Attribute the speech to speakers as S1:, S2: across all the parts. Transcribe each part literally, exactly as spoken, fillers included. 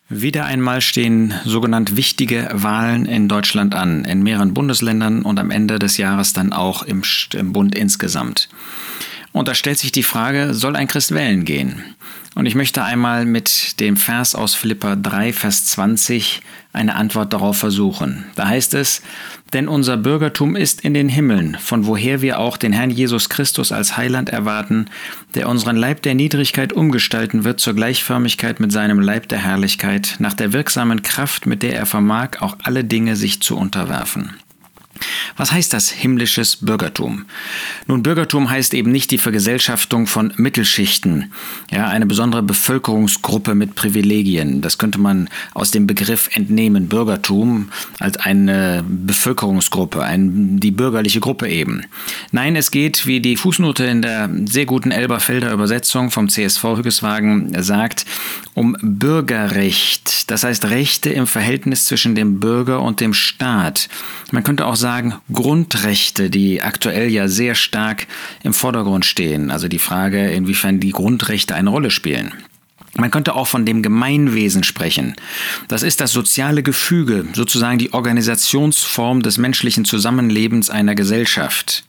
S1: Wieder einmal stehen sogenannt wichtige Wahlen in Deutschland an, in mehreren Bundesländern und am Ende des Jahres dann auch im, im Bund insgesamt. Und da stellt sich die Frage, soll ein Christ wählen gehen? Und ich möchte einmal mit dem Vers aus Philipper drei, Vers zwanzig eine Antwort darauf versuchen. Da heißt es, denn unser Bürgertum ist in den Himmeln, von woher wir auch den Herrn Jesus Christus als Heiland erwarten, der unseren Leib der Niedrigkeit umgestalten wird zur Gleichförmigkeit mit seinem Leib der Herrlichkeit, nach der wirksamen Kraft, mit der er vermag, auch alle Dinge sich zu unterwerfen. Was heißt das himmlisches Bürgertum? Nun, Bürgertum heißt eben nicht die Vergesellschaftung von Mittelschichten, ja, eine besondere Bevölkerungsgruppe mit Privilegien. Das könnte man aus dem Begriff entnehmen, Bürgertum als eine Bevölkerungsgruppe, ein, die bürgerliche Gruppe eben. Nein, es geht, wie die Fußnote in der sehr guten Elberfelder Übersetzung vom C S V Hüggeswagen sagt, um Bürgerrecht, das heißt Rechte im Verhältnis zwischen dem Bürger und dem Staat. Man könnte auch sagen, Grundrechte, die aktuell ja sehr stark im Vordergrund stehen. Also die Frage, inwiefern die Grundrechte eine Rolle spielen. Man könnte auch von dem Gemeinwesen sprechen. Das ist das soziale Gefüge, sozusagen die Organisationsform des menschlichen Zusammenlebens einer Gesellschaft.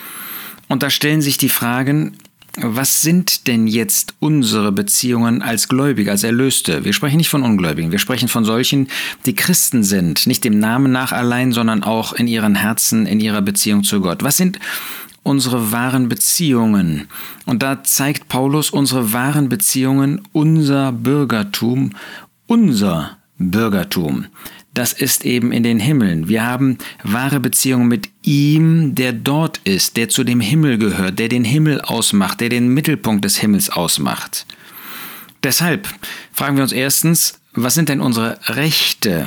S1: Und da stellen sich die Fragen, was sind denn jetzt unsere Beziehungen als Gläubige, als Erlöste? Wir sprechen nicht von Ungläubigen, wir sprechen von solchen, die Christen sind, nicht dem Namen nach allein, sondern auch in ihren Herzen, in ihrer Beziehung zu Gott. Was sind unsere wahren Beziehungen? Und da zeigt Paulus unsere wahren Beziehungen, unser Bürgertum, unser Bürgertum. Das ist eben in den Himmeln. Wir haben wahre Beziehungen mit ihm, der dort ist, der zu dem Himmel gehört, der den Himmel ausmacht, der den Mittelpunkt des Himmels ausmacht. Deshalb fragen wir uns erstens, was sind denn unsere Rechte?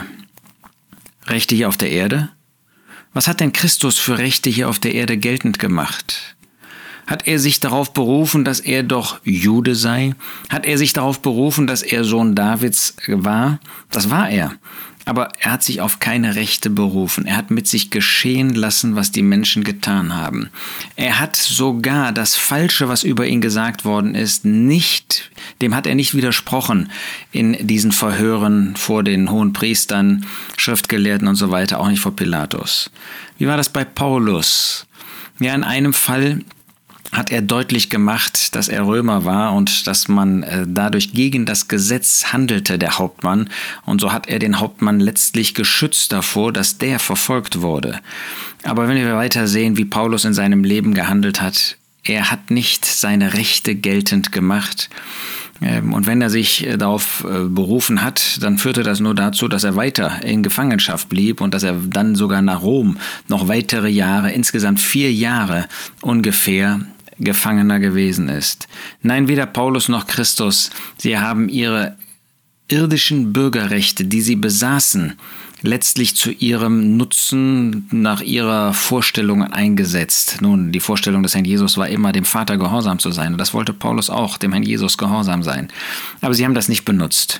S1: Rechte hier auf der Erde? Was hat denn Christus für Rechte hier auf der Erde geltend gemacht? Hat er sich darauf berufen, dass er doch Jude sei? Hat er sich darauf berufen, dass er Sohn Davids war? Das war er. Aber er hat sich auf keine Rechte berufen. Er hat mit sich geschehen lassen, was die Menschen getan haben. Er hat sogar das Falsche, was über ihn gesagt worden ist, nicht, dem hat er nicht widersprochen in diesen Verhören vor den Hohenpriestern, Schriftgelehrten und so weiter, auch nicht vor Pilatus. Wie war das bei Paulus? Ja, in einem Fall hat er deutlich gemacht, dass er Römer war und dass man äh, dadurch gegen das Gesetz handelte, der Hauptmann. Und so hat er den Hauptmann letztlich geschützt davor, dass der verfolgt wurde. Aber wenn wir weiter sehen, wie Paulus in seinem Leben gehandelt hat, er hat nicht seine Rechte geltend gemacht. Ähm, und wenn er sich äh, darauf äh, berufen hat, dann führte das nur dazu, dass er weiter in Gefangenschaft blieb und dass er dann sogar nach Rom noch weitere Jahre, insgesamt vier Jahre ungefähr, Gefangener gewesen ist. Nein, weder Paulus noch Christus, sie haben ihre irdischen Bürgerrechte, die sie besaßen, letztlich zu ihrem Nutzen nach ihrer Vorstellung eingesetzt. Nun, die Vorstellung des Herrn Jesus war immer, dem Vater gehorsam zu sein. Und das wollte Paulus auch, dem Herrn Jesus gehorsam sein. Aber sie haben das nicht benutzt.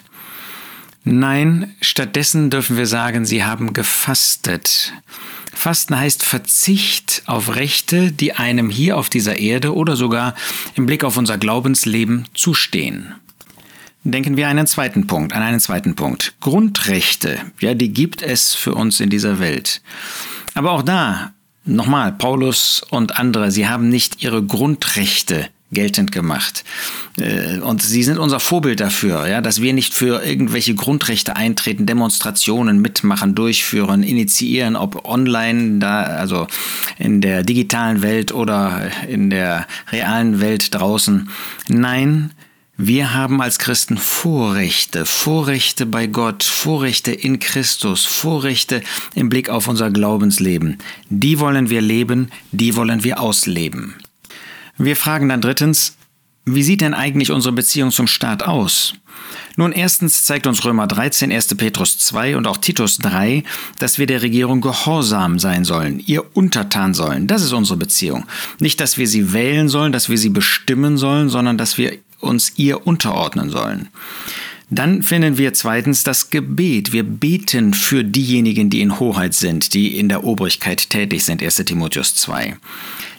S1: Nein, stattdessen dürfen wir sagen, sie haben gefastet. Fasten heißt Verzicht auf Rechte, die einem hier auf dieser Erde oder sogar im Blick auf unser Glaubensleben zustehen. Denken wir einen zweiten Punkt, an einen zweiten Punkt. Grundrechte, ja, die gibt es für uns in dieser Welt. Aber auch da, nochmal, Paulus und andere, sie haben nicht ihre Grundrechte geltend gemacht. Und sie sind unser Vorbild dafür, ja, dass wir nicht für irgendwelche Grundrechte eintreten, Demonstrationen mitmachen, durchführen, initiieren, ob online, da, also in der digitalen Welt oder in der realen Welt draußen. Nein, wir haben als Christen Vorrechte, Vorrechte bei Gott, Vorrechte in Christus, Vorrechte im Blick auf unser Glaubensleben. Die wollen wir leben, die wollen wir ausleben. Wir fragen dann drittens, wie sieht denn eigentlich unsere Beziehung zum Staat aus? Nun, erstens zeigt uns Römer dreizehn, erster Petrus zwei und auch Titus drei, dass wir der Regierung gehorsam sein sollen, ihr untertan sollen. Das ist unsere Beziehung. Nicht, dass wir sie wählen sollen, dass wir sie bestimmen sollen, sondern dass wir uns ihr unterordnen sollen. Dann finden wir zweitens das Gebet. Wir beten für diejenigen, die in Hoheit sind, die in der Obrigkeit tätig sind, erster Timotheus zwei.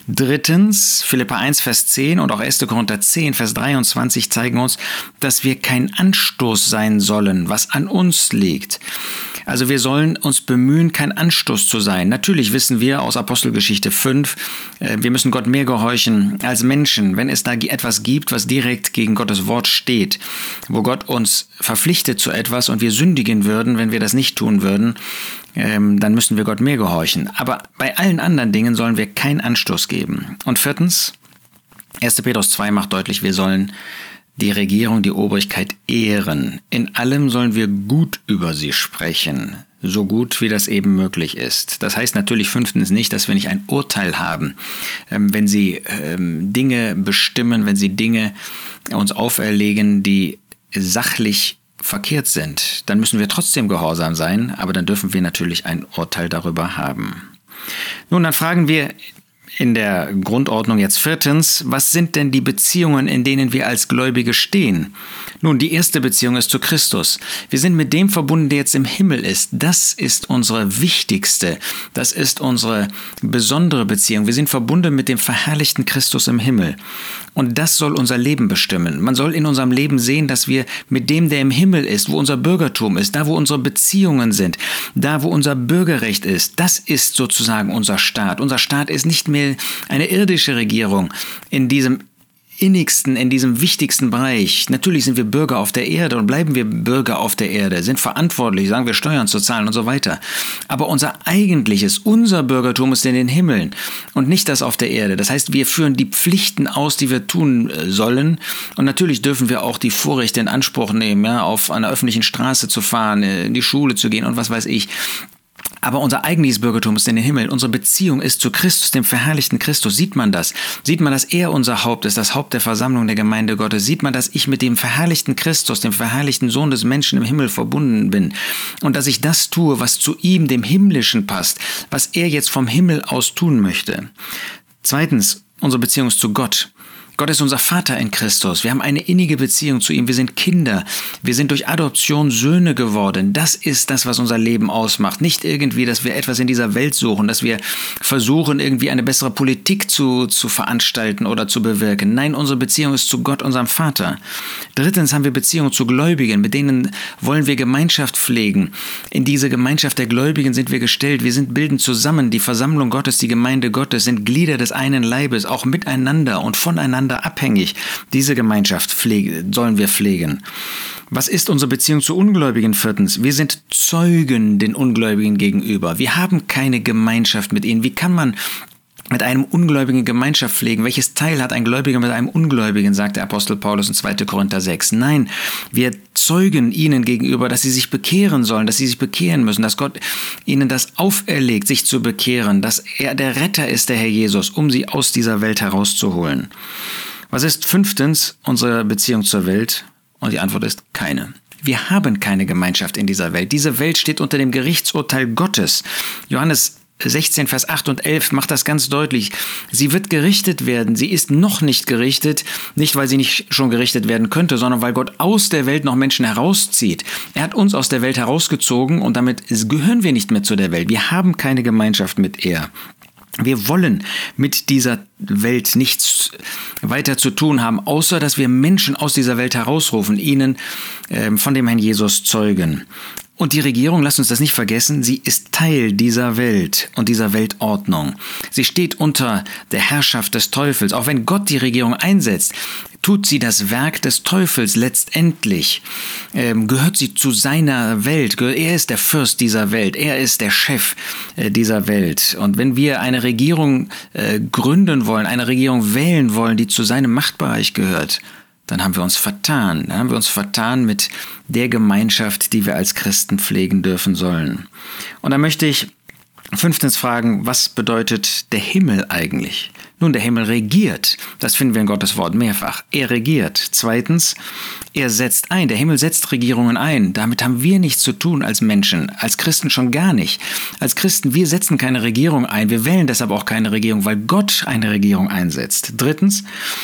S1: Drittens, Philipper eins, Vers zehn und auch erster Korinther zehn, Vers dreiundzwanzig zeigen uns, dass wir kein Anstoß sein sollen, was an uns liegt. Also wir sollen uns bemühen, kein Anstoß zu sein. Natürlich wissen wir aus Apostelgeschichte fünf, wir müssen Gott mehr gehorchen als Menschen. Wenn es da etwas gibt, was direkt gegen Gottes Wort steht, wo Gott uns verpflichtet zu etwas und wir sündigen würden, wenn wir das nicht tun würden, dann müssen wir Gott mehr gehorchen. Aber bei allen anderen Dingen sollen wir keinen Anstoß geben. Und viertens, erster Petrus zwei macht deutlich, wir sollen die Regierung, die Obrigkeit ehren. In allem sollen wir gut über sie sprechen, so gut wie das eben möglich ist. Das heißt natürlich fünftens nicht, dass wir nicht ein Urteil haben, wenn sie Dinge bestimmen, wenn sie Dinge uns auferlegen, die sachlich verkehrt sind. Dann müssen wir trotzdem gehorsam sein, aber dann dürfen wir natürlich ein Urteil darüber haben. Nun, dann fragen wir in der Grundordnung jetzt viertens, was sind denn die Beziehungen, in denen wir als Gläubige stehen? Nun, die erste Beziehung ist zu Christus. Wir sind mit dem verbunden, der jetzt im Himmel ist. Das ist unsere wichtigste, das ist unsere besondere Beziehung. Wir sind verbunden mit dem verherrlichten Christus im Himmel. Und das soll unser Leben bestimmen. Man soll in unserem Leben sehen, dass wir mit dem, der im Himmel ist, wo unser Bürgertum ist, da wo unsere Beziehungen sind, da wo unser Bürgerrecht ist, das ist sozusagen unser Staat. Unser Staat ist nicht mehr eine irdische Regierung in diesem innigsten, in diesem wichtigsten Bereich. Natürlich sind wir Bürger auf der Erde und bleiben wir Bürger auf der Erde, sind verantwortlich, sagen wir Steuern zu zahlen und so weiter. Aber unser eigentliches, unser Bürgertum ist in den Himmeln und nicht das auf der Erde. Das heißt, wir führen die Pflichten aus, die wir tun sollen. Und natürlich dürfen wir auch die Vorrechte in Anspruch nehmen, ja, auf einer öffentlichen Straße zu fahren, in die Schule zu gehen und was weiß ich. Aber unser eigentliches Bürgertum ist in den Himmel. Unsere Beziehung ist zu Christus, dem verherrlichten Christus. Sieht man das? Sieht man, dass er unser Haupt ist, das Haupt der Versammlung der Gemeinde Gottes? Sieht man, dass ich mit dem verherrlichten Christus, dem verherrlichten Sohn des Menschen im Himmel verbunden bin? Und dass ich das tue, was zu ihm, dem Himmlischen, passt, was er jetzt vom Himmel aus tun möchte. Zweitens, unsere Beziehung ist zu Gott. Gott ist unser Vater in Christus. Wir haben eine innige Beziehung zu ihm. Wir sind Kinder. Wir sind durch Adoption Söhne geworden. Das ist das, was unser Leben ausmacht. Nicht irgendwie, dass wir etwas in dieser Welt suchen, dass wir versuchen, irgendwie eine bessere Politik zu, zu veranstalten oder zu bewirken. Nein, unsere Beziehung ist zu Gott, unserem Vater. Drittens haben wir Beziehung zu Gläubigen. Mit denen wollen wir Gemeinschaft pflegen. In diese Gemeinschaft der Gläubigen sind wir gestellt. Wir sind bilden zusammen die Versammlung Gottes, die Gemeinde Gottes, sind Glieder des einen Leibes, auch miteinander und voneinander abhängig. Diese Gemeinschaft pflege, sollen wir pflegen. Was ist unsere Beziehung zu Ungläubigen? Viertens, wir sind Zeugen den Ungläubigen gegenüber. Wir haben keine Gemeinschaft mit ihnen. Wie kann man mit einem Ungläubigen Gemeinschaft pflegen? Welches Teil hat ein Gläubiger mit einem Ungläubigen, sagt der Apostel Paulus in zweiter Korinther sechs. Nein, wir zeugen ihnen gegenüber, dass sie sich bekehren sollen, dass sie sich bekehren müssen, dass Gott ihnen das auferlegt, sich zu bekehren, dass er der Retter ist, der Herr Jesus, um sie aus dieser Welt herauszuholen. Was ist fünftens unsere Beziehung zur Welt? Und die Antwort ist keine. Wir haben keine Gemeinschaft in dieser Welt. Diese Welt steht unter dem Gerichtsurteil Gottes. Johannes sechzehn, Vers acht und elf macht das ganz deutlich. Sie wird gerichtet werden. Sie ist noch nicht gerichtet, nicht weil sie nicht schon gerichtet werden könnte, sondern weil Gott aus der Welt noch Menschen herauszieht. Er hat uns aus der Welt herausgezogen und damit gehören wir nicht mehr zu der Welt. Wir haben keine Gemeinschaft mit er. Wir wollen mit dieser Welt nichts weiter zu tun haben, außer dass wir Menschen aus dieser Welt herausrufen, ihnen äh, von dem Herrn Jesus zeugen. Und die Regierung, lasst uns das nicht vergessen, sie ist Teil dieser Welt und dieser Weltordnung. Sie steht unter der Herrschaft des Teufels. Auch wenn Gott die Regierung einsetzt, tut sie das Werk des Teufels letztendlich. Ähm, gehört sie zu seiner Welt. Er ist der Fürst dieser Welt. Er ist der Chef äh, dieser Welt. Und wenn wir eine Regierung äh, gründen wollen, eine Regierung wählen wollen, die zu seinem Machtbereich gehört, dann haben wir uns vertan. Dann haben wir uns vertan mit der Gemeinschaft, die wir als Christen pflegen dürfen sollen. Und da möchte ich fünftens fragen, was bedeutet der Himmel eigentlich? Nun, der Himmel regiert. Das finden wir in Gottes Wort mehrfach. Er regiert. Zweitens, er setzt ein. Der Himmel setzt Regierungen ein. Damit haben wir nichts zu tun als Menschen, als Christen schon gar nicht. Als Christen, wir setzen keine Regierung ein. Wir wählen deshalb auch keine Regierung, weil Gott eine Regierung einsetzt. Drittens,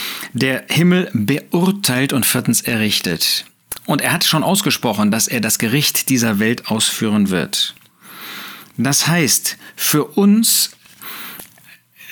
S1: der Himmel beurteilt und viertens, er richtet. Und er hat schon ausgesprochen, dass er das Gericht dieser Welt ausführen wird. Das heißt, für uns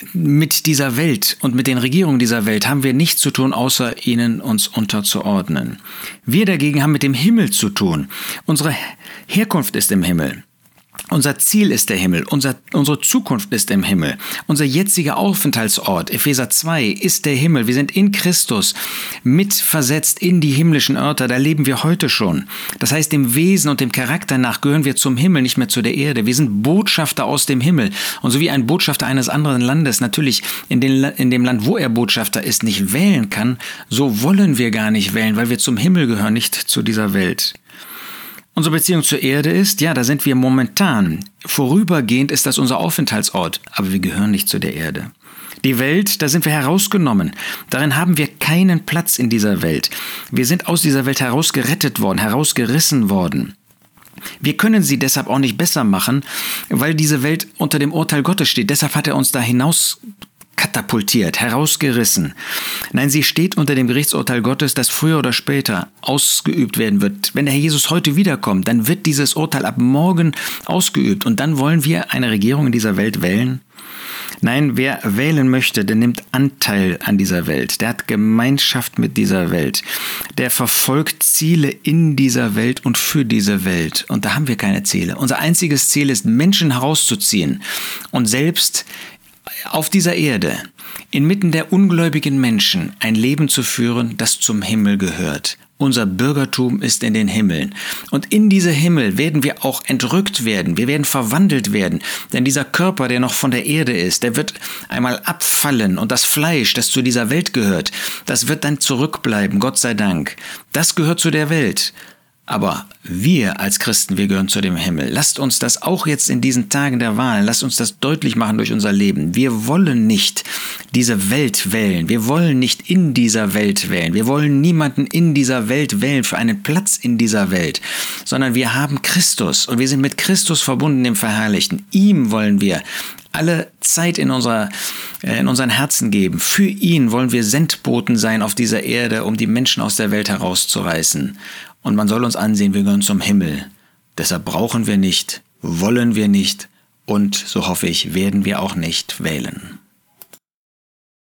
S1: mit dieser Welt und mit den Regierungen dieser Welt haben wir nichts zu tun, außer ihnen uns unterzuordnen. Wir dagegen haben mit dem Himmel zu tun. Unsere Herkunft ist im Himmel. Unser Ziel ist der Himmel, unser, unsere Zukunft ist im Himmel, unser jetziger Aufenthaltsort, Epheser zwei, ist der Himmel. Wir sind in Christus mitversetzt in die himmlischen Örter, da leben wir heute schon. Das heißt, dem Wesen und dem Charakter nach gehören wir zum Himmel, nicht mehr zu der Erde. Wir sind Botschafter aus dem Himmel. Und so wie ein Botschafter eines anderen Landes natürlich in, den, in dem Land, wo er Botschafter ist, nicht wählen kann, so wollen wir gar nicht wählen, weil wir zum Himmel gehören, nicht zu dieser Welt. Unsere Beziehung zur Erde ist, ja, da sind wir momentan. Vorübergehend ist das unser Aufenthaltsort, aber wir gehören nicht zu der Erde. Die Welt, da sind wir herausgenommen. Darin haben wir keinen Platz in dieser Welt. Wir sind aus dieser Welt herausgerettet worden, herausgerissen worden. Wir können sie deshalb auch nicht besser machen, weil diese Welt unter dem Urteil Gottes steht. Deshalb hat er uns da hinaus katapultiert, herausgerissen. Nein, sie steht unter dem Gerichtsurteil Gottes, das früher oder später ausgeübt werden wird. Wenn der Herr Jesus heute wiederkommt, dann wird dieses Urteil ab morgen ausgeübt. Und dann wollen wir eine Regierung in dieser Welt wählen? Nein, wer wählen möchte, der nimmt Anteil an dieser Welt. Der hat Gemeinschaft mit dieser Welt. Der verfolgt Ziele in dieser Welt und für diese Welt. Und da haben wir keine Ziele. Unser einziges Ziel ist, Menschen herauszuziehen und selbst auf dieser Erde, inmitten der ungläubigen Menschen, ein Leben zu führen, das zum Himmel gehört. Unser Bürgertum ist in den Himmeln. Und in diese Himmel werden wir auch entrückt werden. Wir werden verwandelt werden. Denn dieser Körper, der noch von der Erde ist, der wird einmal abfallen. Und das Fleisch, das zu dieser Welt gehört, das wird dann zurückbleiben, Gott sei Dank. Das gehört zu der Welt. Aber wir als Christen, wir gehören zu dem Himmel. Lasst uns das auch jetzt in diesen Tagen der Wahl, lasst uns das deutlich machen durch unser Leben. Wir wollen nicht diese Welt wählen. Wir wollen nicht in dieser Welt wählen. Wir wollen niemanden in dieser Welt wählen für einen Platz in dieser Welt, sondern wir haben Christus und wir sind mit Christus verbunden, dem Verherrlichten. Ihm wollen wir alle Zeit in, unserer, in unseren Herzen geben. Für ihn wollen wir Sendboten sein auf dieser Erde, um die Menschen aus der Welt herauszureißen. Und man soll uns ansehen, wir gehören zum Himmel. Deshalb brauchen wir nicht, wollen wir nicht und, so hoffe ich, werden wir auch nicht wählen.